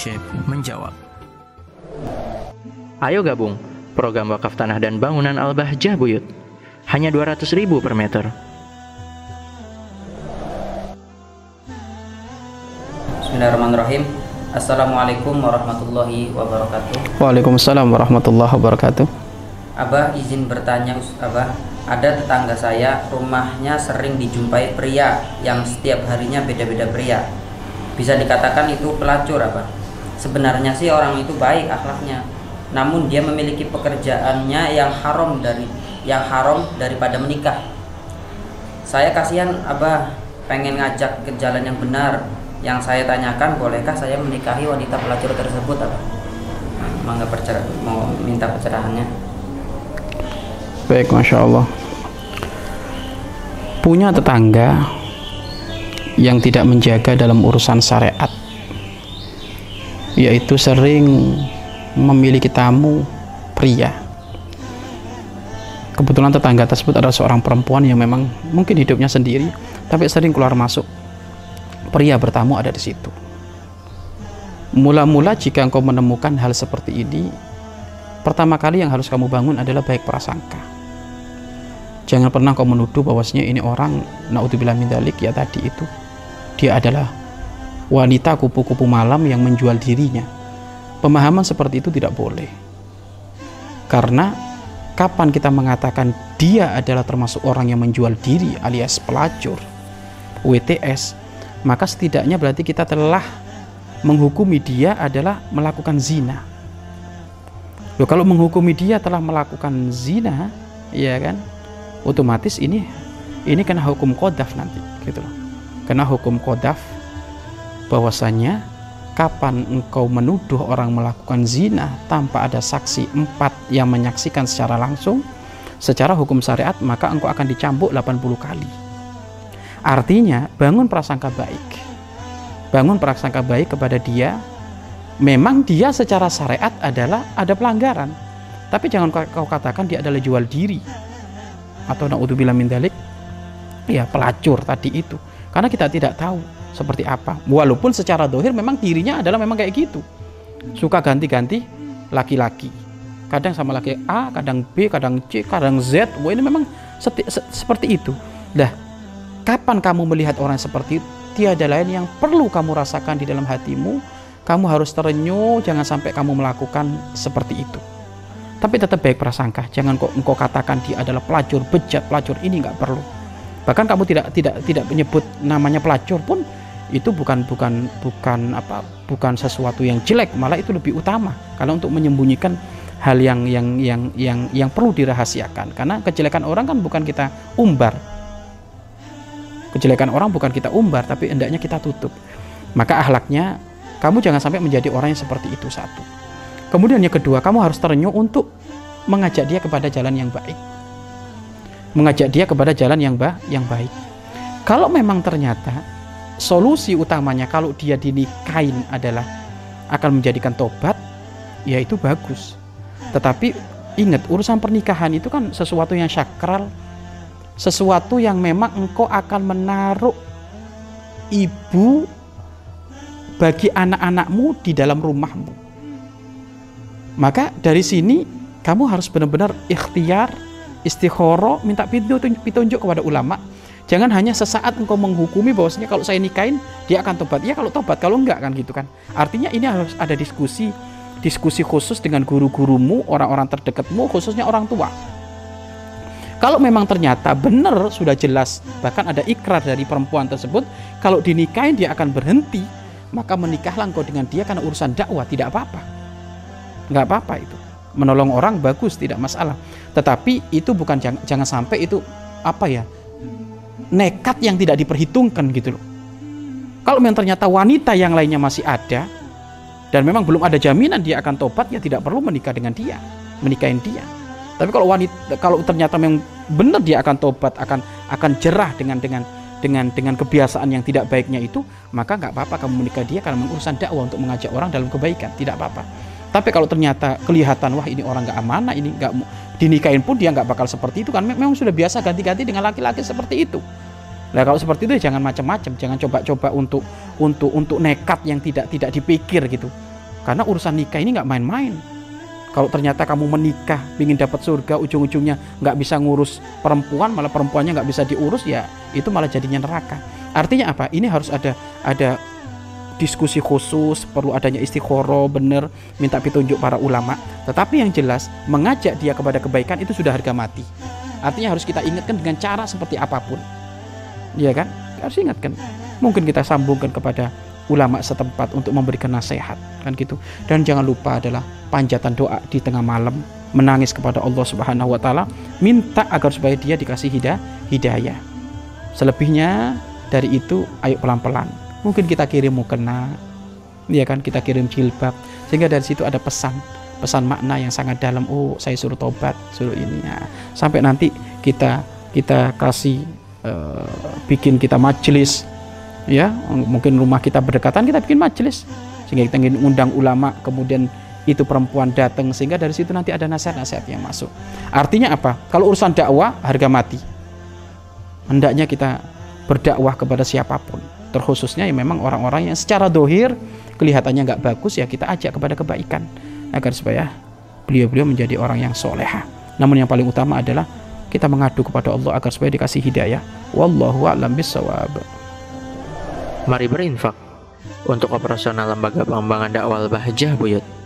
Syekh menjawab. Ayo gabung program wakaf tanah dan bangunan Al-Bahjah Buyut. Hanya 200.000 per meter. Bismillahirrahmanirrahim. Assalamualaikum warahmatullahi wabarakatuh. Waalaikumsalam warahmatullahi wabarakatuh. Abah izin bertanya, Abah. Ada tetangga saya, rumahnya sering dijumpai pria yang setiap harinya beda-beda pria. Bisa dikatakan itu pelacur, Abah. Sebenarnya sih orang itu baik akhlaknya, namun dia memiliki pekerjaannya yang haram daripada menikah. Saya kasihan, Abah, pengen ngajak ke jalan yang benar. Yang saya tanyakan, bolehkah saya menikahi wanita pelacur tersebut, Abah? Mau minta pencerahannya. Baik, Masya Allah. Punya tetangga yang tidak menjaga dalam urusan syariat, yaitu sering memiliki tamu pria. Kebetulan tetangga tersebut adalah seorang perempuan yang memang mungkin hidupnya sendiri, tapi sering keluar masuk. Pria bertamu ada di situ. Mula-mula jika engkau menemukan hal seperti ini, pertama kali yang harus kamu bangun adalah baik prasangka. Jangan pernah kau menuduh bahwasanya ini orang, naudzubillah min dzalik, ya tadi itu dia adalah wanita kupu-kupu malam yang menjual dirinya. Pemahaman seperti itu tidak boleh. Karena kapan kita mengatakan dia adalah termasuk orang yang menjual diri alias pelacur, WTS, maka setidaknya berarti kita telah menghukumi dia adalah melakukan zina. Loh, kalau menghukumi dia telah melakukan zina, ya kan, otomatis ini kena hukum qadhaf nanti, gitu loh. Kena hukum qadhaf, bahwasanya kapan engkau menuduh orang melakukan zina tanpa ada saksi 4 yang menyaksikan secara langsung, secara hukum syariat, maka engkau akan dicambuk 80 kali. Artinya bangun prasangka baik. Bangun prasangka baik kepada dia. Memang dia secara syariat adalah ada pelanggaran, tapi jangan kau katakan dia adalah jual diri atau naudzubillah min dzalik, ya pelacur tadi itu. Karena kita tidak tahu seperti apa. Walaupun secara zahir memang dirinya adalah memang kayak gitu. Suka ganti-ganti laki-laki. Kadang sama laki A, kadang B, kadang C, kadang Z. Wah, ini memang seperti itu. Nah, kapan kamu melihat orang seperti itu, tiada lain yang perlu kamu rasakan di dalam hatimu. Kamu harus terenyuh, jangan sampai kamu melakukan seperti itu. Tapi tetap baik prasangka. Jangan kok engkau katakan dia adalah pelacur, bejat, pelacur, ini nggak perlu. Bahkan kamu tidak menyebut namanya pelacur pun itu bukan sesuatu yang jelek, malah itu lebih utama. Karena untuk menyembunyikan hal yang perlu dirahasiakan. Karena kejelekan orang kan bukan kita umbar. Kejelekan orang bukan kita umbar, tapi hendaknya kita tutup. Maka akhlaknya kamu jangan sampai menjadi orang yang seperti itu, satu. Kemudian yang kedua, kamu harus terenyuh untuk mengajak dia kepada jalan yang baik. Mengajak dia kepada jalan yang baik. Kalau memang ternyata solusi utamanya kalau dia dinikahin adalah akan menjadikan tobat, ya itu bagus. Tetapi ingat, urusan pernikahan itu kan sesuatu yang sakral, sesuatu yang memang engkau akan menaruh ibu bagi anak-anakmu di dalam rumahmu. Maka dari sini kamu harus benar-benar ikhtiar, istikharah, minta petunjuk kepada ulama. Jangan hanya sesaat engkau menghukumi bahwasanya kalau saya nikahin dia akan tobat. Ya kalau tobat, kalau enggak kan gitu kan. Artinya ini harus ada diskusi khusus dengan guru-gurumu, orang-orang terdekatmu, khususnya orang tua. Kalau memang ternyata benar sudah jelas, bahkan ada ikrar dari perempuan tersebut, kalau dinikahin dia akan berhenti, maka menikahlah engkau dengan dia karena urusan dakwah, tidak apa-apa. Nggak apa-apa itu. Menolong orang bagus, tidak masalah. Tetapi itu bukan, jangan sampai itu nekat yang tidak diperhitungkan gitu loh. Kalau memang ternyata wanita yang lainnya masih ada dan memang belum ada jaminan dia akan tobat, ya tidak perlu menikah dengan dia, menikahin dia. Tapi kalau ternyata memang benar dia akan tobat, akan jerah dengan kebiasaan yang tidak baiknya itu, maka nggak apa-apa kamu menikah dia karena urusan dakwah untuk mengajak orang dalam kebaikan, tidak apa-apa. Tapi kalau ternyata kelihatan wah ini orang nggak amanah, ini nggak dinikahin pun dia nggak bakal seperti itu kan, memang sudah biasa ganti-ganti dengan laki-laki seperti itu. Nah kalau seperti itu jangan macam-macam, jangan coba-coba untuk nekat yang tidak dipikir gitu. Karena urusan nikah ini nggak main-main. Kalau ternyata kamu menikah, ingin dapat surga, ujung-ujungnya nggak bisa ngurus perempuan, malah perempuannya nggak bisa diurus, ya itu malah jadinya neraka. Artinya apa? Ini harus ada diskusi khusus, perlu adanya istikharah, bener, minta petunjuk para ulama. Tetapi yang jelas, mengajak dia kepada kebaikan itu sudah harga mati. Artinya harus kita ingatkan dengan cara seperti apapun. Iya kan? Harus ingatkan. Mungkin kita sambungkan kepada ulama setempat untuk memberikan nasihat, kan gitu. Dan jangan lupa adalah panjatan doa di tengah malam, menangis kepada Allah Subhanahu wa taala, minta agar supaya dia dikasih hidayah. Selebihnya dari itu ayo pelan-pelan. Mungkin kita kirim mukena, ya kan, kita kirim jilbab, sehingga dari situ ada pesan makna yang sangat dalam. Oh, saya suruh tobat, suruh ini ya. Sampai nanti kita kasih bikin kita majelis, ya, mungkin rumah kita berdekatan, kita bikin majelis sehingga kita ingin undang ulama, kemudian itu perempuan datang, sehingga dari situ nanti ada nasihat-nasihat yang masuk. Artinya apa? Kalau urusan dakwah harga mati, hendaknya kita berdakwah kepada siapapun, terkhususnya yang memang orang-orang yang secara dohir kelihatannya nggak bagus, ya kita ajak kepada kebaikan agar supaya beliau-beliau menjadi orang yang soleha. Namun yang paling utama adalah kita mengadu kepada Allah agar supaya dikasih hidayah. Wallahu a'lam bishawab. Mari berinfak untuk operasional lembaga pengembangan dakwah Al-Bahjah Buyut.